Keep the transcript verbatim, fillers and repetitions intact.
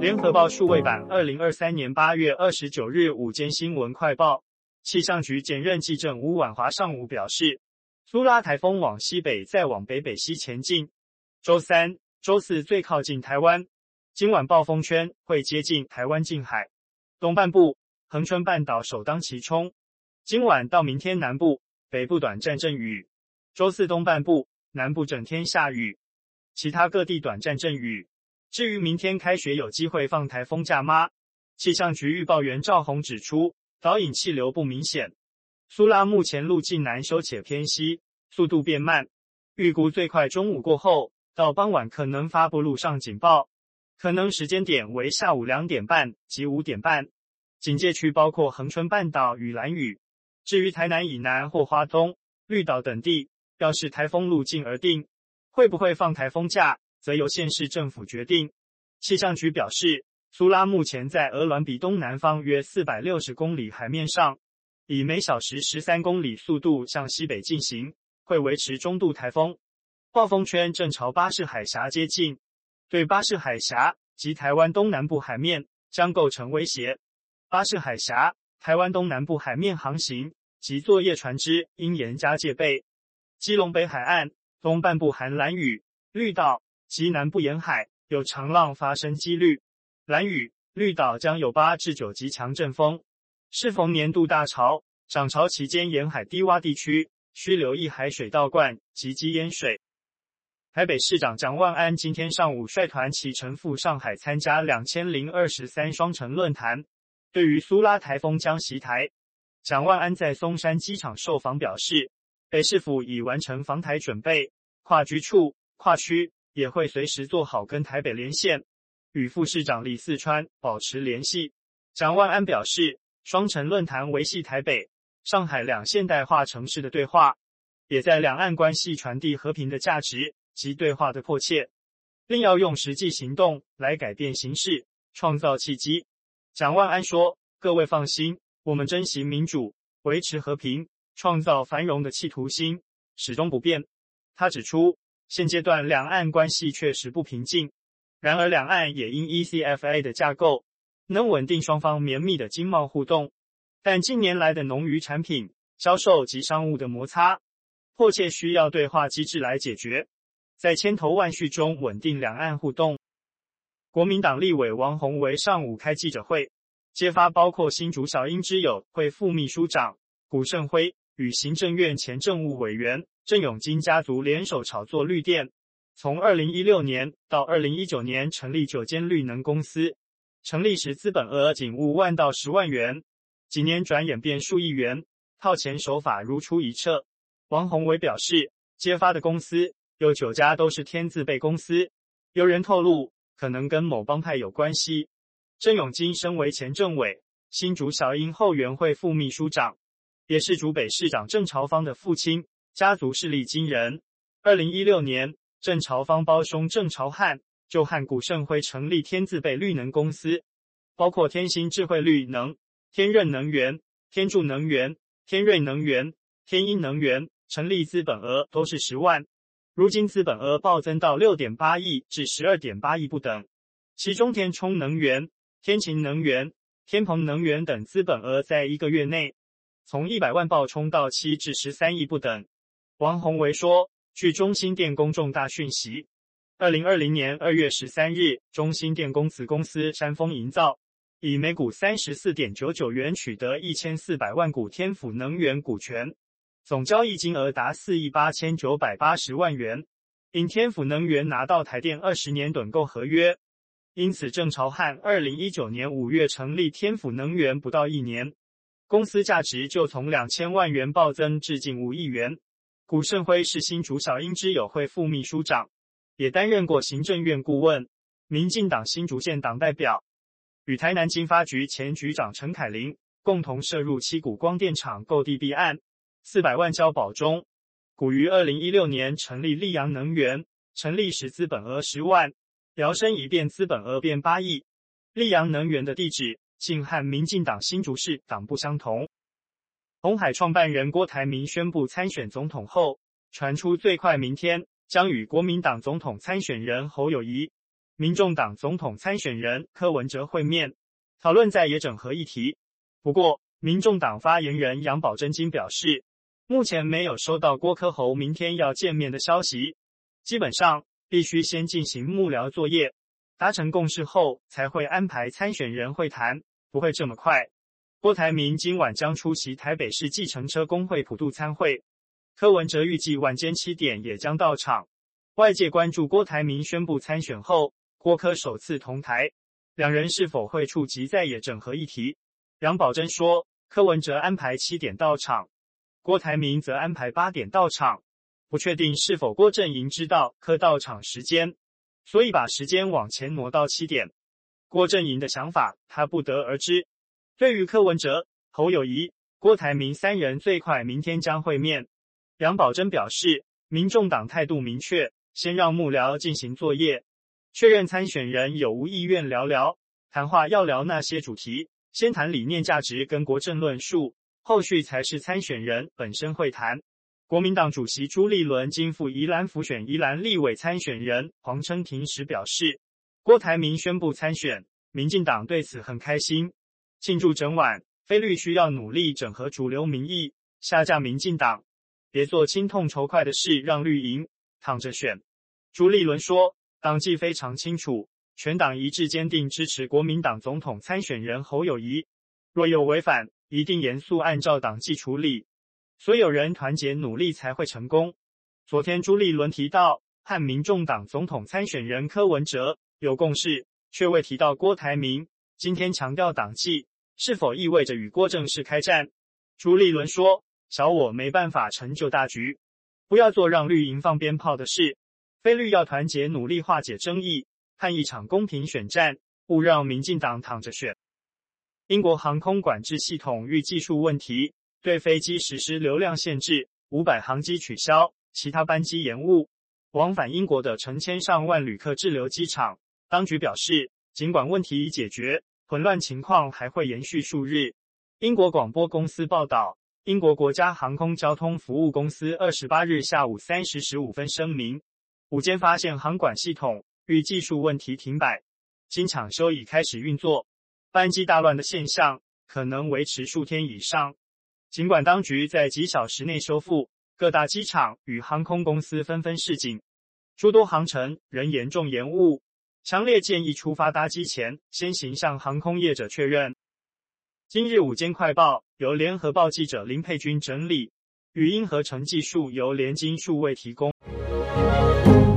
联合报数位版二零二三年八月二十九日午间新闻快报，气象局检任技正吴婉华上午表示，苏拉台风往西北再往北北西前进，周三、周四最靠近台湾，今晚暴风圈会接近台湾近海，东半部、恒春半岛首当其冲。今晚到明天南部、北部短暂阵雨，周四东半部、南部整天下雨，其他各地短暂阵雨。至于明天开学有机会放台风假吗？气象局预报员赵宏指出，导引气流不明显，苏拉目前路径南修且偏西，速度变慢，预估最快中午过后到傍晚可能发布陆上警报，可能时间点为下午两点半及五点半。警戒区包括恒春半岛与兰屿，至于台南以南或花东、绿岛等地，要视台风路径而定，会不会放台风假则由县市政府决定。气象局表示，苏拉目前在鹅銮鼻东南方约四百六十公里海面上，以每小时十三公里速度向西北进行，会维持中度台风。暴风圈正朝巴士海峡接近，对巴士海峡及台湾东南部海面将构成威胁。巴士海峡、台湾东南部海面航行及作业船只应严加戒备。基隆北海岸东半部含兰屿、绿岛及南部沿海有长浪发生几率，兰屿、绿岛将有八至九级强阵风。适逢年度大潮、涨潮期间，沿海低洼地区需留意海水倒灌及积淹水。台北市长蒋万安今天上午率团启程赴上海参加两千零二十三双城论坛。对于苏拉台风将袭台，蒋万安在松山机场受访表示，北市府已完成防台准备，跨局处、跨区也会随时做好跟台北连线，与副市长李四川保持联系。蒋万安表示，双城论坛维系台北、上海两现代化城市的对话，也在两岸关系传递和平的价值及对话的迫切，另要用实际行动来改变形势，创造契机。蒋万安说，各位放心，我们珍惜民主、维持和平、创造繁荣的企图心始终不变。他指出，现阶段两岸关系确实不平静，然而两岸也因 E C F A 的架构能稳定双方绵密的经贸互动，但近年来的农渔产品销售及商务的摩擦，迫切需要对话机制来解决，在千头万绪中稳定两岸互动。国民党立委王宏维上午开记者会，揭发包括新竹小英之友会副秘书长古胜辉与行政院前政务委员郑永金家族联手炒作绿电，从二零一六年到二零一九年成立九间绿能公司，成立时资本额仅五万到十万元，几年转演变数亿元，套钱手法如出一辙。王宏维表示，揭发的公司有九家都是天字辈公司，有人透露可能跟某帮派有关系。郑永金身为前政委、新竹小英后援会副秘书长，也是竹北市长郑朝芳的父亲，家族势力惊人。二零一六年，郑朝芳胞兄郑朝汉就和古胜辉成立天字辈绿能公司，包括天星智慧绿能、天任能源、天助能源、天瑞能源、天鹰能源，成立资本额都是十万，如今资本额暴增到 六点八亿至 十二点八亿不等，其中天冲能源、天晴能源、天鹏能源等资本额在一个月内从一百万暴冲到七至十三亿不等。王宏维说，据中兴电工重大讯息，二零二零年二月十三日，中兴电工子公司山峰营造以每股 三十四点九九元取得一千四百万股天府能源股权，总交易金额达四亿八千九百八十万元，因天府能源拿到台电二十年趸购合约，因此郑朝汉二零一九年五月成立天府能源不到一年，公司价值就从两千万元暴增至近五亿元。古胜辉是新竹小英之友会副秘书长，也担任过行政院顾问、民进党新竹县党代表，与台南经发局前局长陈凯琳共同涉入七股光电厂购地弊案，四百万交保中。古于二零一六年成立溧阳能源，成立时资本额十万，摇身一变资本额变八亿。溧阳能源的地址竟和民进党新竹市党部相同。鸿海创办人郭台铭宣布参选总统后，传出最快明天将与国民党总统参选人侯友宜民众党总统参选人柯文哲会面，讨论在野整合议题。不过，民众党发言人杨宝珍今表示，目前没有收到郭柯侯明天要见面的消息，基本上必须先进行幕僚作业，达成共识后才会安排参选人会谈，不会这么快。郭台铭今晚将出席台北市计程车工会普渡参会，柯文哲预计晚间七点也将到场。外界关注郭台铭宣布参选后，郭柯首次同台，两人是否会触及在野整合议题。杨宝珍说，柯文哲安排七点到场，郭台铭则安排八点到场，不确定是否郭阵营知道柯到场时间，所以把时间往前挪到七点。郭阵营的想法他不得而知。对于柯文哲、侯友宜、郭台铭三人最快明天将会面，杨宝珍表示，民众党态度明确，先让幕僚进行作业，确认参选人有无意愿聊聊，谈话要聊那些主题，先谈理念价值跟国政论述，后续才是参选人本身会谈。国民党主席朱立伦今赴宜兰辅选宜兰立委参选人黄琛庭时表示，郭台铭宣布参选，民进党对此很开心，庆祝整晚，非绿需要努力整合主流民意，下架民进党，别做轻痛仇快的事，让绿营躺着选。朱立伦说，党纪非常清楚，全党一致坚定支持国民党总统参选人侯友宜，若有违反，一定严肃按照党纪处理，所有人团结努力才会成功。昨天朱立伦提到和民众党总统参选人柯文哲有共识，却未提到郭台铭，今天强调党纪，是否意味着与郭正式开战？朱立伦说，小我没办法成就大局，不要做让绿营放鞭炮的事，非绿要团结努力化解争议，看一场公平选战，勿让民进党躺着选。英国航空管制系统遇技术问题，对飞机实施流量限制，五百航机取消，其他班机延误，往返英国的成千上万旅客滞留机场。当局表示，尽管问题已解决，混乱情况还会延续数日。英国广播公司报道，英国国家航空交通服务公司二十八日下午三时十五分声明，午间发现航管系统遇技术问题停摆，经抢修已开始运作，班机大乱的现象可能维持数天以上。尽管当局在几小时内修复，各大机场与航空公司纷纷示警，诸多航程仍严重延误，强烈建议出发搭机前先行向航空业者确认。今日午间快报由联合报记者林佩君整理，语音合成技术由联经数位提供。